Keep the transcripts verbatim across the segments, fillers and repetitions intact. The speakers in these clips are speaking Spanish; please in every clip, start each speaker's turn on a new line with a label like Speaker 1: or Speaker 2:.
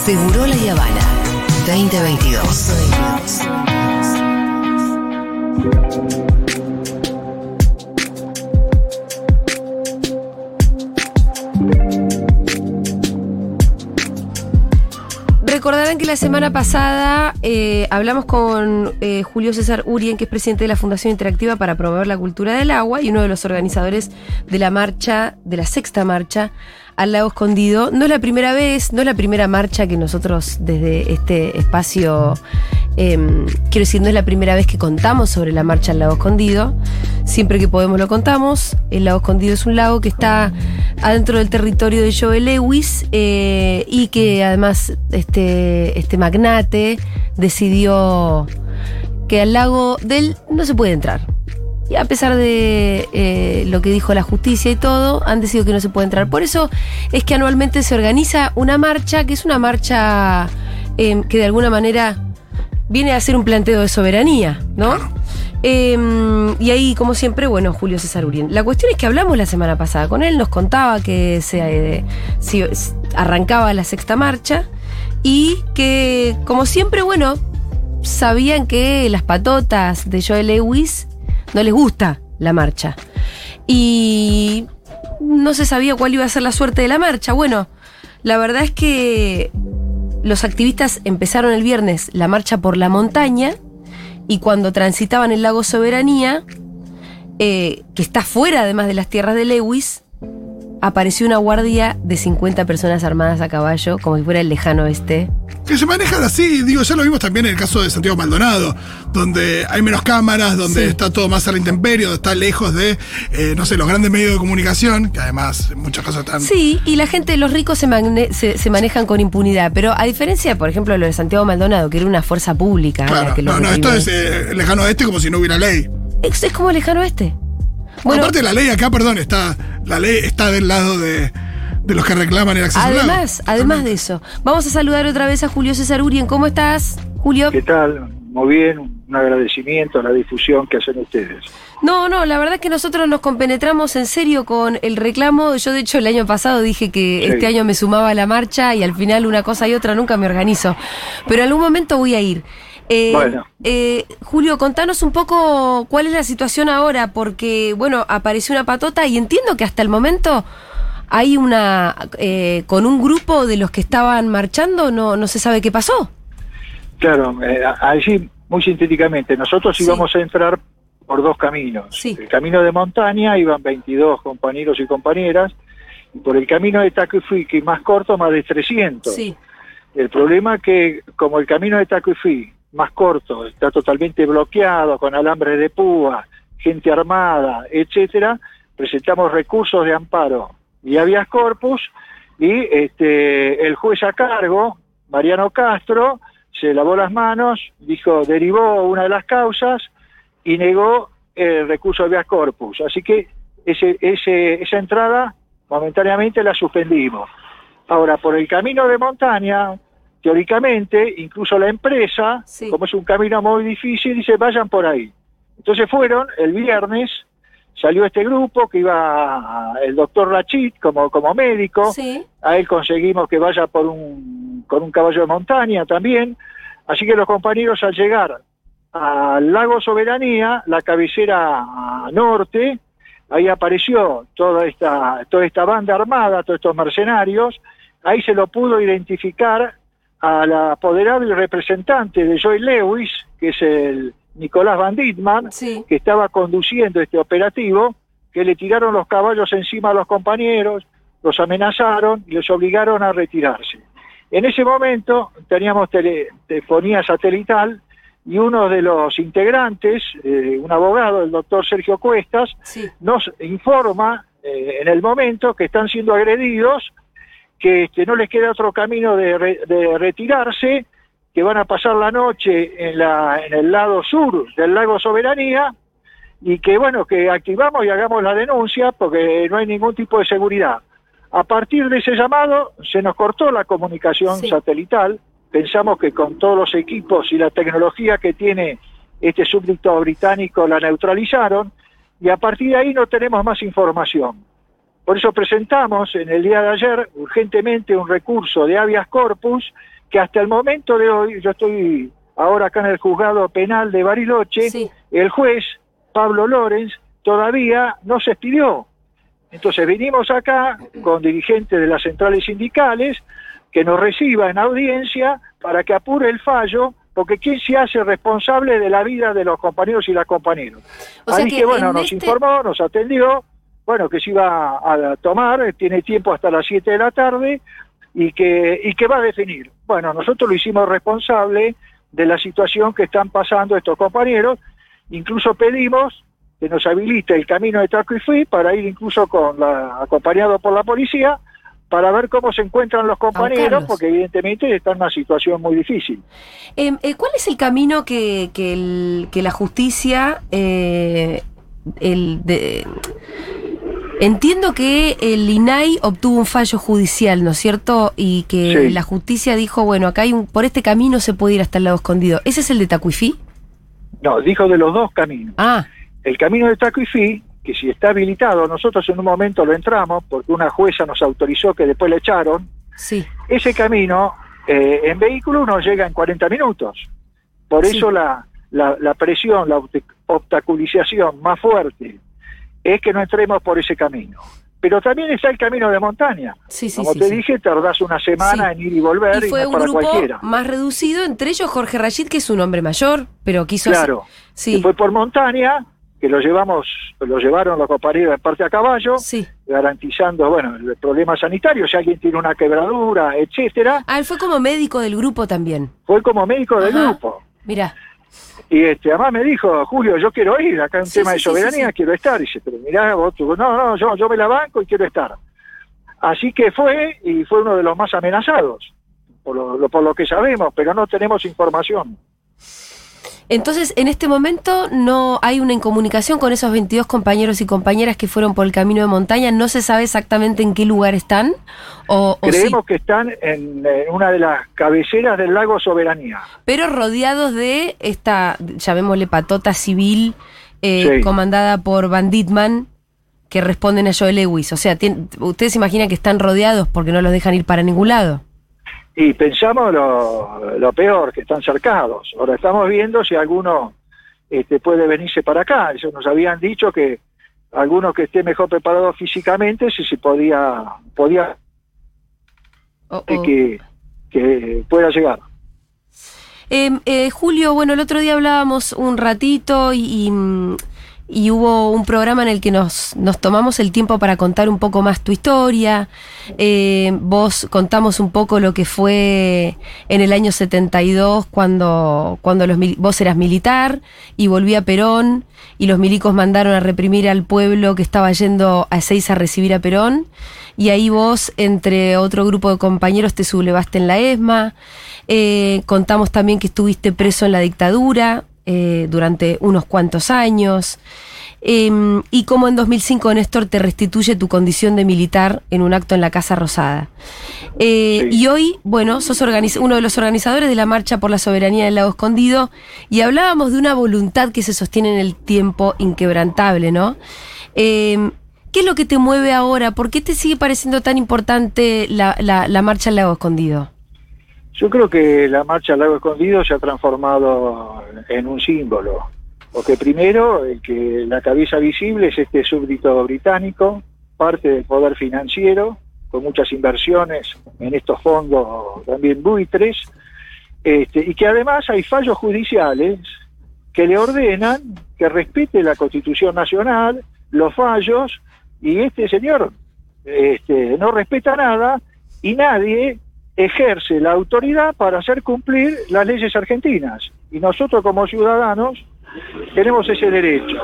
Speaker 1: Segurola y Habana veinte veintidós.
Speaker 2: Recordarán que la semana pasada eh, hablamos con eh, Julio César Urien, que es presidente de la Fundación Interactiva para Promover la Cultura del Agua y uno de los organizadores de la marcha, de la sexta marcha al Lago Escondido. No es la primera vez, no es la primera marcha que nosotros desde este espacio, eh, quiero decir, no es la primera vez que contamos sobre la marcha al Lago Escondido. Siempre que podemos lo contamos. El Lago Escondido es un lago que está adentro del territorio de Joe Lewis eh, y que además este, este magnate decidió que al lago de él no se puede entrar. Y a pesar de eh, lo que dijo la justicia y todo, han decidido que no se puede entrar. Por eso es que anualmente se organiza una marcha, que es una marcha eh, que de alguna manera viene a ser un planteo de soberanía, ¿no? Eh, y ahí, como siempre, bueno, Julio César Urien. La cuestión es que hablamos la semana pasada con él, nos contaba que se, eh, se arrancaba la sexta marcha y que, como siempre, bueno, sabían que las patotas de Joe Lewis no les gusta la marcha. Y no se sabía cuál iba a ser la suerte de la marcha. Bueno, la verdad es que los activistas empezaron el viernes la marcha por la montaña y cuando transitaban el lago Soberanía, eh, que está fuera además de las tierras de Lewis, apareció una guardia de cincuenta personas armadas a caballo, como si fuera el lejano oeste.
Speaker 3: Que se manejan así, digo, ya lo vimos también en el caso de Santiago Maldonado, donde hay menos cámaras, donde sí. está todo más a la intemperie, donde está lejos de, eh, no sé, los grandes medios de comunicación, que además en muchos casos están...
Speaker 2: Sí, y la gente, los ricos se, magne- se, se manejan con impunidad, pero a diferencia, por ejemplo, de lo de Santiago Maldonado, que era una fuerza pública.
Speaker 3: Claro,
Speaker 2: que
Speaker 3: no, no, esto es eh, lejano oeste como si no hubiera ley.
Speaker 2: Es, es como el lejano oeste.
Speaker 3: Bueno, aparte la ley acá, perdón, está la ley está del lado de, de los que reclaman el acceso
Speaker 2: además,
Speaker 3: al lago.
Speaker 2: Además de eso, vamos a saludar otra vez a Julio César Urien. ¿Cómo estás, Julio?
Speaker 4: ¿Qué tal? Muy bien, un agradecimiento a la difusión que hacen ustedes.
Speaker 2: No, no, la verdad es que nosotros nos compenetramos en serio con el reclamo. Yo, de hecho, el año pasado dije que sí. este año me sumaba a la marcha y al final una cosa y otra nunca me organizo. Pero en algún momento voy a ir. Eh,
Speaker 4: bueno.
Speaker 2: eh, Julio, contanos un poco cuál es la situación ahora, porque, bueno, apareció una patota y entiendo que hasta el momento hay una, eh, con un grupo de los que estaban marchando, no, no se sabe qué pasó.
Speaker 4: Claro, eh, allí, muy sintéticamente, nosotros
Speaker 2: Sí.
Speaker 4: íbamos a entrar por dos caminos.
Speaker 2: Sí.
Speaker 4: El camino de montaña iban veintidós compañeros y compañeras, y por el camino de Tacuifuí, más corto, más de trescientos.
Speaker 2: Sí.
Speaker 4: El problema es que, como el camino de Tacuifuí, más corto, está totalmente bloqueado, con alambres de púa, gente armada, etcétera, presentamos recursos de amparo y habeas corpus, y este el juez a cargo, Mariano Castro, se lavó las manos, dijo, derivó una de las causas y negó el recurso de habeas corpus. Así que ese, ese, esa entrada momentáneamente la suspendimos. Ahora, por el camino de montaña, teóricamente, incluso la empresa, sí. como es un camino muy difícil, dice, vayan por ahí. Entonces fueron, el viernes, salió este grupo que iba el doctor Lachit como, como médico,
Speaker 2: sí.
Speaker 4: a él conseguimos que vaya por un, con un caballo de montaña también, así que los compañeros al llegar al lago Soberanía, la cabecera norte, ahí apareció toda esta, toda esta banda armada, todos estos mercenarios, ahí se lo pudo identificar al apoderado y representante de Joe Lewis, que es el Nicolás Van Ditman,
Speaker 2: sí.
Speaker 4: que estaba conduciendo este operativo, que le tiraron los caballos encima a los compañeros, los amenazaron y los obligaron a retirarse. En ese momento teníamos tele, telefonía satelital y uno de los integrantes, eh, un abogado, el doctor Sergio Cuestas,
Speaker 2: sí.
Speaker 4: nos informa eh, en el momento que están siendo agredidos, que este, no les queda otro camino de, re, de retirarse, que van a pasar la noche en, la, en el lado sur del lago Soberanía, y que bueno, que activamos y hagamos la denuncia porque no hay ningún tipo de seguridad. A partir de ese llamado se nos cortó la comunicación sí. satelital, pensamos que con todos los equipos y la tecnología que tiene este súbdito británico la neutralizaron, y a partir de ahí no tenemos más información. Por eso presentamos en el día de ayer urgentemente un recurso de habeas corpus que hasta el momento de hoy, yo estoy ahora acá en el juzgado penal de Bariloche,
Speaker 2: Sí.
Speaker 4: el juez Pablo Lorenz todavía no se expidió. Entonces vinimos acá con dirigentes de las centrales sindicales que nos reciba en audiencia para que apure el fallo, porque ¿quién se hace responsable de la vida de los compañeros y las compañeras?
Speaker 2: O sea
Speaker 4: Así
Speaker 2: que
Speaker 4: que, bueno,
Speaker 2: en
Speaker 4: nos
Speaker 2: este-
Speaker 4: informó, nos atendió, bueno, que se iba a tomar, tiene tiempo hasta las siete de la tarde, y que, y que va a definir. Bueno, nosotros lo hicimos responsable de la situación que están pasando estos compañeros, incluso pedimos que nos habilite el camino de Tacuifí para ir incluso con la, acompañado por la policía, para ver cómo se encuentran los compañeros,
Speaker 2: Carlos.
Speaker 4: porque evidentemente están en una situación muy difícil.
Speaker 2: Eh, eh, ¿Cuál es el camino que, que, el- que la justicia, eh, el de, entiendo que el I N A I obtuvo un fallo judicial, ¿no es cierto? Y que
Speaker 4: Sí.
Speaker 2: la justicia dijo, bueno, acá hay un, por este camino se puede ir hasta el lago escondido. ¿Ese es el de Tacuifí?
Speaker 4: No, dijo de los dos caminos.
Speaker 2: Ah,
Speaker 4: El camino de Tacuifí, que si está habilitado, nosotros en un momento lo entramos, porque una jueza nos autorizó que después le echaron,
Speaker 2: sí.
Speaker 4: ese camino eh, en vehículo uno llega en cuarenta minutos. Por
Speaker 2: Sí.
Speaker 4: eso la, la, la presión, la obst- obstaculización más fuerte es que no entremos por ese camino. Pero también está el camino de montaña.
Speaker 2: Sí, sí,
Speaker 4: Como
Speaker 2: sí,
Speaker 4: te
Speaker 2: sí.
Speaker 4: dije, tardás una semana
Speaker 2: Sí.
Speaker 4: en ir y volver
Speaker 2: Y
Speaker 4: y,
Speaker 2: fue
Speaker 4: no
Speaker 2: un
Speaker 4: para
Speaker 2: grupo
Speaker 4: cualquiera.
Speaker 2: más reducido, entre ellos Jorge Rayid, que es un hombre mayor, pero quiso hacer-
Speaker 4: Claro.
Speaker 2: Sí,
Speaker 4: Que fue por montaña, que lo llevamos, lo llevaron los compañeros en parte a caballo,
Speaker 2: sí.
Speaker 4: garantizando, bueno, el problema sanitario, si alguien tiene una quebradura, etcétera.
Speaker 2: Ah, él fue como médico del grupo también.
Speaker 4: Fue como médico del
Speaker 2: Ajá.
Speaker 4: grupo.
Speaker 2: Mirá.
Speaker 4: Y este, además me dijo, Julio, yo quiero ir, acá hay un
Speaker 2: Sí,
Speaker 4: tema
Speaker 2: sí,
Speaker 4: de
Speaker 2: sí,
Speaker 4: soberanía,
Speaker 2: sí, sí.
Speaker 4: quiero estar. Y dice, pero mirá, vos, tú, no, no, yo, yo me la banco y quiero estar. Así que fue, y fue uno de los más amenazados, por lo, lo- por lo que sabemos, pero no tenemos información.
Speaker 2: Entonces, en este momento no hay una incomunicación con esos veintidós compañeros y compañeras que fueron por el camino de montaña. ¿No se sabe exactamente en qué lugar están? ¿O, o sí?
Speaker 4: Creemos que están en, en una de las cabeceras del lago Soberanía.
Speaker 2: Pero rodeados de esta, llamémosle patota civil, eh,
Speaker 4: Sí.
Speaker 2: comandada por Banditman, que responden a Joe Lewis. O sea, tien- ¿ustedes se imaginan que están rodeados porque no los dejan ir para ningún lado?
Speaker 4: Y pensamos lo, lo peor, que están cercados. Ahora estamos viendo si alguno este, puede venirse para acá. Eso nos habían dicho que alguno que esté mejor preparado físicamente, si se podía, podía
Speaker 2: O-
Speaker 4: eh,
Speaker 2: o-
Speaker 4: que, que pueda llegar.
Speaker 2: Eh, eh, Julio, bueno, el otro día hablábamos un ratito y, y, mm, y hubo un programa en el que nos, nos tomamos el tiempo para contar un poco más tu historia. Eh, vos contamos un poco lo que fue en el año setenta y dos cuando, cuando los, mil- vos eras militar y volvía Perón y los milicos mandaron a reprimir al pueblo que estaba yendo a Ezeiza a recibir a Perón. Y ahí vos, entre otro grupo de compañeros, te sublevaste en la ESMA. Eh, contamos también que estuviste preso en la dictadura eh, durante unos cuantos años. Eh, y cómo en dos mil cinco Néstor te restituye tu condición de militar en un acto en la Casa Rosada. Eh,
Speaker 4: Sí.
Speaker 2: Y hoy, bueno, sos organiz- uno de los organizadores de la Marcha por la Soberanía del Lago Escondido y hablábamos de una voluntad que se sostiene en el tiempo inquebrantable, ¿no? Eh, ¿Qué es lo que te mueve ahora? ¿Por qué te sigue pareciendo tan importante la, la, la Marcha al Lago Escondido?
Speaker 4: Yo creo que la marcha al lago Escondido se ha transformado en un símbolo. Porque primero, el que la cabeza visible es este súbdito británico, parte del poder financiero, con muchas inversiones en estos fondos también buitres, este, y que además hay fallos judiciales que le ordenan que respete la Constitución Nacional, los fallos, y este señor este, no respeta nada y nadie ejerce la autoridad para hacer cumplir las leyes argentinas. Y nosotros como ciudadanos tenemos ese derecho.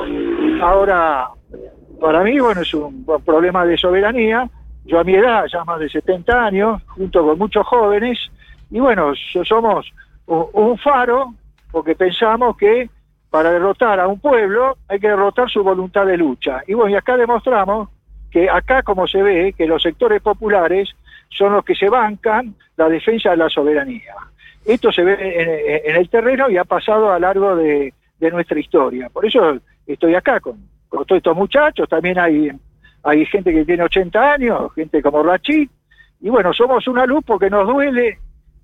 Speaker 4: Ahora, para mí, bueno, es un problema de soberanía. Yo a mi edad, ya más de setenta años, junto con muchos jóvenes, y bueno, so- somos u- un faro, porque pensamos que para derrotar a un pueblo hay que derrotar su voluntad de lucha. Y bueno, y acá demostramos que acá, como se ve, que los sectores populares son los que se bancan la defensa de la soberanía. Esto se ve en, en el terreno y ha pasado a lo largo de, de nuestra historia. Por eso estoy acá con, con todos estos muchachos. También hay, hay gente que tiene ochenta años, gente como Rachid. Y bueno, somos una luz porque nos duele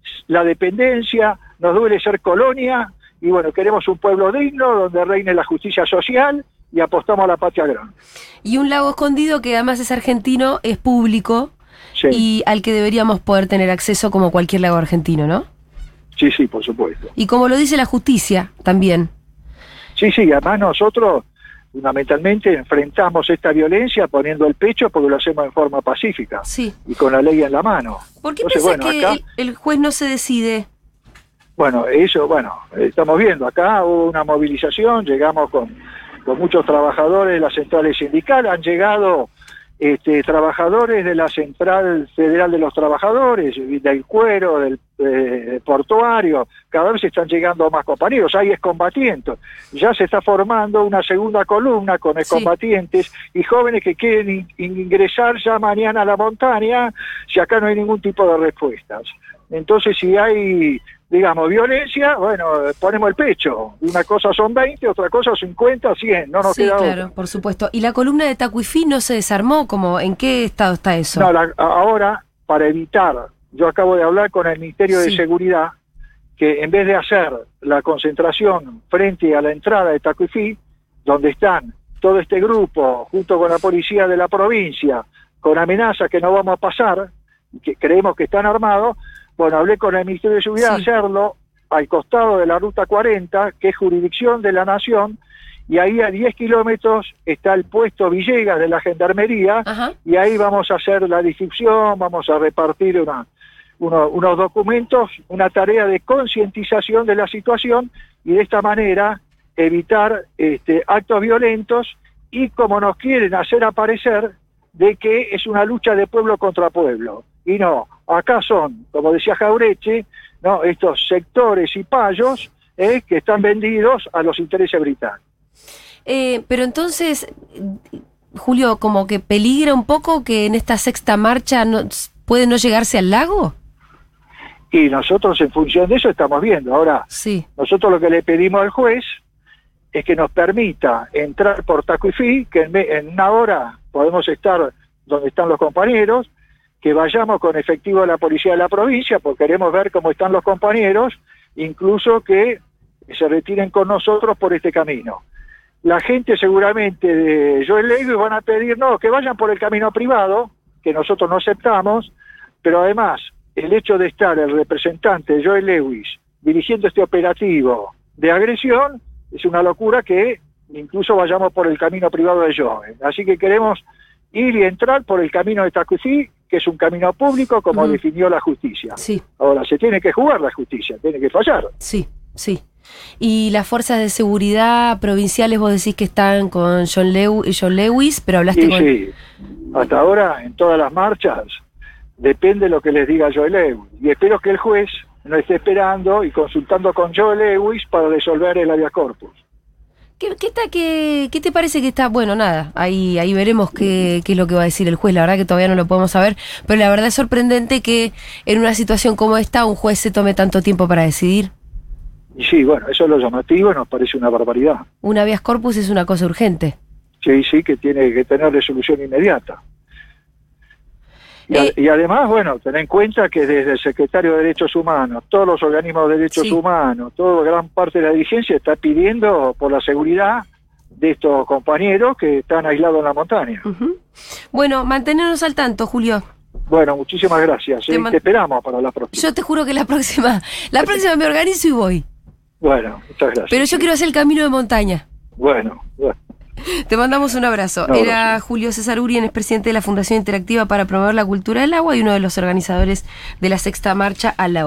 Speaker 4: la dependencia, nos duele ser colonia, y bueno, queremos un pueblo digno donde reine la justicia social y apostamos a la patria grande.
Speaker 2: Y un lago escondido que además es argentino, es público,
Speaker 4: Sí.
Speaker 2: y al que deberíamos poder tener acceso como cualquier lago argentino, ¿no?
Speaker 4: Sí, sí, por supuesto.
Speaker 2: Y como lo dice la justicia también.
Speaker 4: Sí, sí, además nosotros fundamentalmente enfrentamos esta violencia poniendo el pecho porque lo hacemos en forma pacífica
Speaker 2: Sí.
Speaker 4: y con la ley en la mano.
Speaker 2: ¿Por qué
Speaker 4: Entonces,
Speaker 2: pensás
Speaker 4: bueno,
Speaker 2: que
Speaker 4: acá,
Speaker 2: el, el juez no se decide?
Speaker 4: bueno, eso, bueno, estamos viendo, acá hubo una movilización, llegamos con, con muchos trabajadores de las centrales sindicales, han llegado este, trabajadores de la Central Federal de los Trabajadores, del cuero, del eh, portuario, cada vez están llegando más compañeros, hay excombatientes, ya se está formando una segunda columna con excombatientes y jóvenes que quieren in- ingresar ya mañana a la montaña, si acá no hay ningún tipo de respuestas. Entonces, si hay, digamos, violencia, bueno, ponemos el pecho. Una cosa son veinte, otra cosa cincuenta, cien, no nos
Speaker 2: Sí,
Speaker 4: queda
Speaker 2: claro,
Speaker 4: otra.
Speaker 2: por supuesto. ¿Y la columna de Tacuifí no se desarmó? Como, ¿en qué estado está eso?
Speaker 4: No, la- ahora, para evitar, yo acabo de hablar con el Ministerio
Speaker 2: Sí.
Speaker 4: de Seguridad, que en vez de hacer la concentración frente a la entrada de Tacuifí, donde están todo este grupo, junto con la policía de la provincia, con amenazas que no vamos a pasar, que creemos que están armados, bueno, hablé con el Ministerio de Seguridad,
Speaker 2: Sí.
Speaker 4: hacerlo al costado de la Ruta cuarenta, que es jurisdicción de la Nación, y ahí a diez kilómetros está el puesto Villegas de la Gendarmería,
Speaker 2: Ajá.
Speaker 4: y ahí vamos a hacer la distribución, vamos a repartir una, uno- unos documentos, una tarea de concientización de la situación, y de esta manera evitar este, actos violentos, y como nos quieren hacer aparecer, de que es una lucha de pueblo contra pueblo. Y no, acá son, como decía Jauretche, ¿no?, estos sectores y payos eh, que están vendidos a los intereses británicos.
Speaker 2: Eh, pero entonces, Julio, como que peligra un poco que en esta sexta marcha no, puede no llegarse al lago.
Speaker 4: Y nosotros en función de eso estamos viendo. Ahora,
Speaker 2: Sí.
Speaker 4: nosotros lo que le pedimos al juez es que nos permita entrar por Tacuifí, que en, me- en una hora podemos estar donde están los compañeros, que vayamos con efectivo de la policía de la provincia, porque queremos ver cómo están los compañeros, incluso que se retiren con nosotros por este camino. La gente seguramente de Joel Lewis van a pedir, no, que vayan por el camino privado, que nosotros no aceptamos, pero además el hecho de estar el representante de Joel Lewis dirigiendo este operativo de agresión es una locura que incluso vayamos por el camino privado de Joel. Así que queremos ir y entrar por el camino de Tacuifí, que es un camino público como
Speaker 2: Ujú.
Speaker 4: definió la justicia.
Speaker 2: Sí,
Speaker 4: Ahora, se tiene que jugar la justicia, tiene que fallar.
Speaker 2: sí, sí. Y las fuerzas de seguridad provinciales, vos decís que están con John, Lew- John Lewis, pero hablaste
Speaker 4: Y
Speaker 2: con...
Speaker 4: sí, hasta ahora en todas las marchas depende lo que les diga Joel Lewis. Y espero que el juez no esté esperando y consultando con Joel Lewis para resolver el habeas corpus.
Speaker 2: ¿Qué, qué, está, qué, ¿Qué te parece que está? Bueno, nada, ahí, ahí veremos qué, qué es lo que va a decir el juez. La verdad que todavía no lo podemos saber, pero la verdad es sorprendente que en una situación como esta un juez se tome tanto tiempo para decidir.
Speaker 4: Y sí, bueno, eso es lo llamativo y nos parece una barbaridad.
Speaker 2: Un habeas corpus es una cosa urgente.
Speaker 4: Sí, sí, que tiene que tener resolución inmediata. Y, a-
Speaker 2: Eh,
Speaker 4: y además, bueno, ten en cuenta que desde el Secretario de Derechos Humanos, todos los organismos de derechos
Speaker 2: Sí.
Speaker 4: humanos, toda gran parte de la dirigencia está pidiendo por la seguridad de estos compañeros que están aislados en la montaña.
Speaker 2: Ujú. Bueno, mantenernos al tanto, Julio.
Speaker 4: Bueno, muchísimas gracias.
Speaker 2: Te
Speaker 4: ¿eh?
Speaker 2: man-
Speaker 4: Te esperamos para la próxima.
Speaker 2: Yo te juro que la próxima, la próxima me organizo y voy.
Speaker 4: Bueno, muchas gracias.
Speaker 2: Pero yo quiero hacer el camino de montaña.
Speaker 4: Bueno, bueno.
Speaker 2: Te mandamos un abrazo.
Speaker 4: Un abrazo.
Speaker 2: Era Julio César Urien, es presidente de la Fundación Interactiva para Promover la Cultura del Agua y uno de los organizadores de la sexta marcha al agua.